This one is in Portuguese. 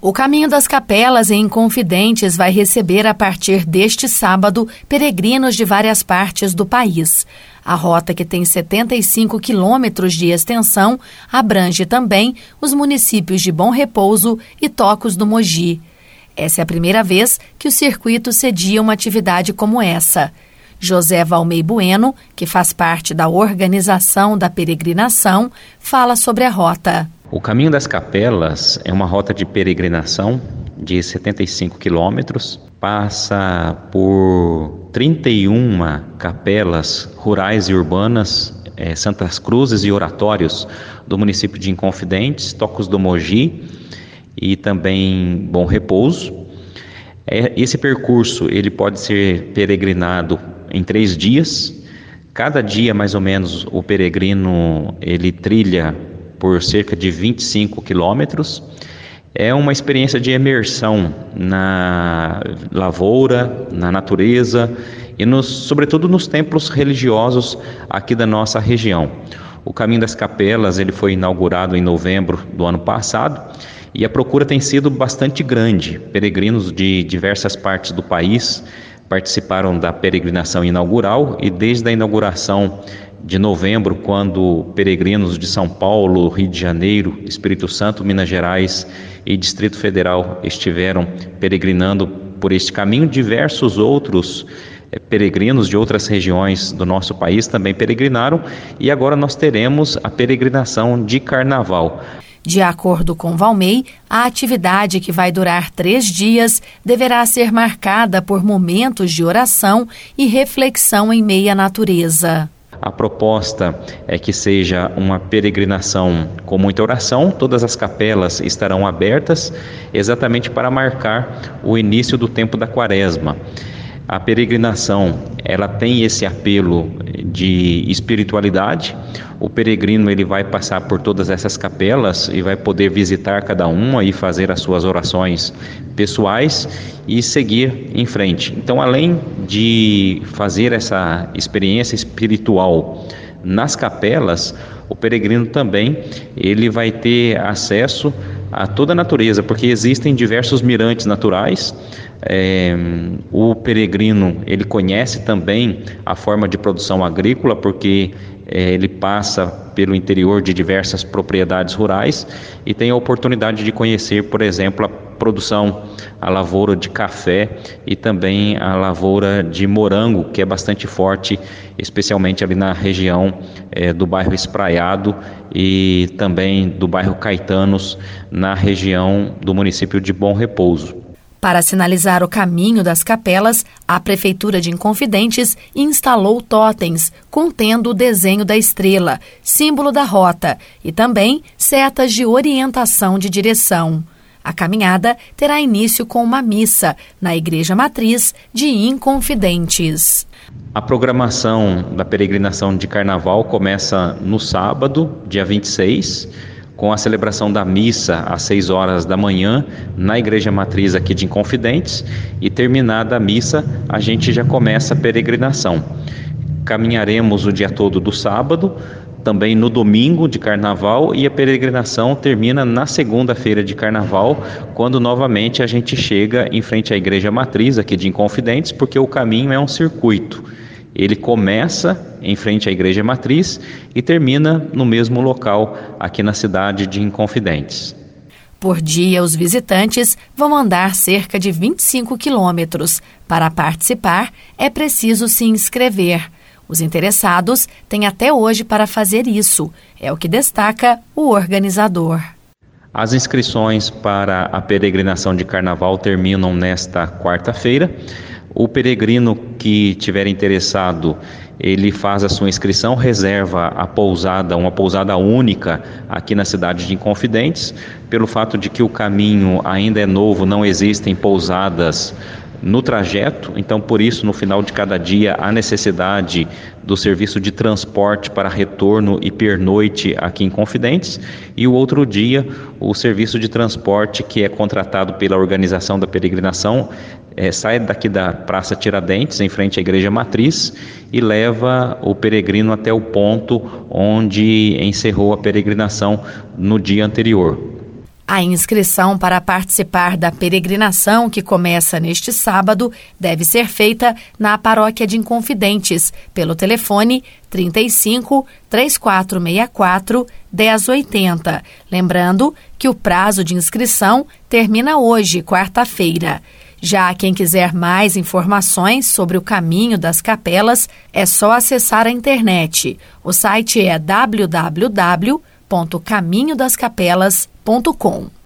O Caminho das Capelas, em Inconfidentes, vai receber a partir deste sábado peregrinos de várias partes do país. A rota, que tem 75 quilômetros de extensão, abrange também os municípios de Bom Repouso e Tocos do Mogi. Essa é a primeira vez que o circuito cedia uma atividade como essa. José Valmei Bueno, que faz parte da organização da peregrinação, fala sobre a rota. O Caminho das Capelas é uma rota de peregrinação de 75 quilômetros, passa por 31 capelas rurais e urbanas, santas cruzes e oratórios do município de Inconfidentes, Tocos do Mogi e também Bom Repouso. Esse percurso ele pode ser peregrinado em 3 dias. Cada dia, mais ou menos, o peregrino ele trilha por cerca de 25 quilômetros. É uma experiência de imersão na lavoura, na natureza e, sobretudo, nos templos religiosos aqui da nossa região. O Caminho das Capelas ele foi inaugurado em novembro do ano passado e a procura tem sido bastante grande. Peregrinos de diversas partes do país participaram da peregrinação inaugural e desde a inauguração de novembro, quando peregrinos de São Paulo, Rio de Janeiro, Espírito Santo, Minas Gerais e Distrito Federal estiveram peregrinando por este caminho, diversos outros peregrinos de outras regiões do nosso país também peregrinaram e agora nós teremos a peregrinação de Carnaval. De acordo com Valmei, a atividade, que vai durar 3 dias, deverá ser marcada por momentos de oração e reflexão em meio à natureza. A proposta é que seja uma peregrinação com muita oração. Todas as capelas estarão abertas exatamente para marcar o início do tempo da Quaresma. A peregrinação, ela tem esse apelo de espiritualidade. O peregrino ele vai passar por todas essas capelas e vai poder visitar cada uma e fazer as suas orações pessoais e seguir em frente. Então, além de fazer essa experiência espiritual nas capelas, o peregrino também ele vai ter acesso a toda a natureza, porque existem diversos mirantes naturais. O peregrino ele conhece também a forma de produção agrícola, porque ele passa pelo interior de diversas propriedades rurais e tem a oportunidade de conhecer, por exemplo, a produção, a lavoura de café e também a lavoura de morango, que é bastante forte, especialmente ali na região do bairro Espraiado e também do bairro Caetanos, na região do município de Bom Repouso. Para sinalizar o Caminho das Capelas, a Prefeitura de Inconfidentes instalou totens contendo o desenho da estrela, símbolo da rota, e também setas de orientação de direção. A caminhada terá início com uma missa na Igreja Matriz de Inconfidentes. A programação da peregrinação de Carnaval começa no sábado, dia 26, com a celebração da missa às 6 horas da manhã na Igreja Matriz aqui de Inconfidentes, e terminada a missa a gente já começa a peregrinação. Caminharemos o dia todo do sábado, também no domingo de Carnaval, e a peregrinação termina na segunda-feira de Carnaval, quando novamente a gente chega em frente à Igreja Matriz aqui de Inconfidentes, porque o caminho é um circuito. Ele começa em frente à Igreja Matriz e termina no mesmo local aqui na cidade de Inconfidentes. Por dia, os visitantes vão andar cerca de 25 quilômetros. Para participar, é preciso se inscrever. Os interessados têm até hoje para fazer isso, é o que destaca o organizador. As inscrições para a peregrinação de Carnaval terminam nesta quarta-feira. O peregrino que tiver interessado, ele faz a sua inscrição, reserva a pousada, uma pousada única aqui na cidade de Inconfidentes. Pelo fato de que o caminho ainda é novo, não existem pousadas no trajeto, então por isso no final de cada dia há necessidade do serviço de transporte para retorno e pernoite aqui em Inconfidentes, e o outro dia o serviço de transporte que é contratado pela organização da peregrinação sai daqui da Praça Tiradentes, em frente à Igreja Matriz, e leva o peregrino até o ponto onde encerrou a peregrinação no dia anterior. A inscrição para participar da peregrinação, que começa neste sábado, deve ser feita na Paróquia de Inconfidentes, pelo telefone 35 3464 1080. Lembrando que o prazo de inscrição termina hoje, quarta-feira. Já quem quiser mais informações sobre o caminho das capelas, é só acessar a internet. O site é www.caminhodascapelas.com.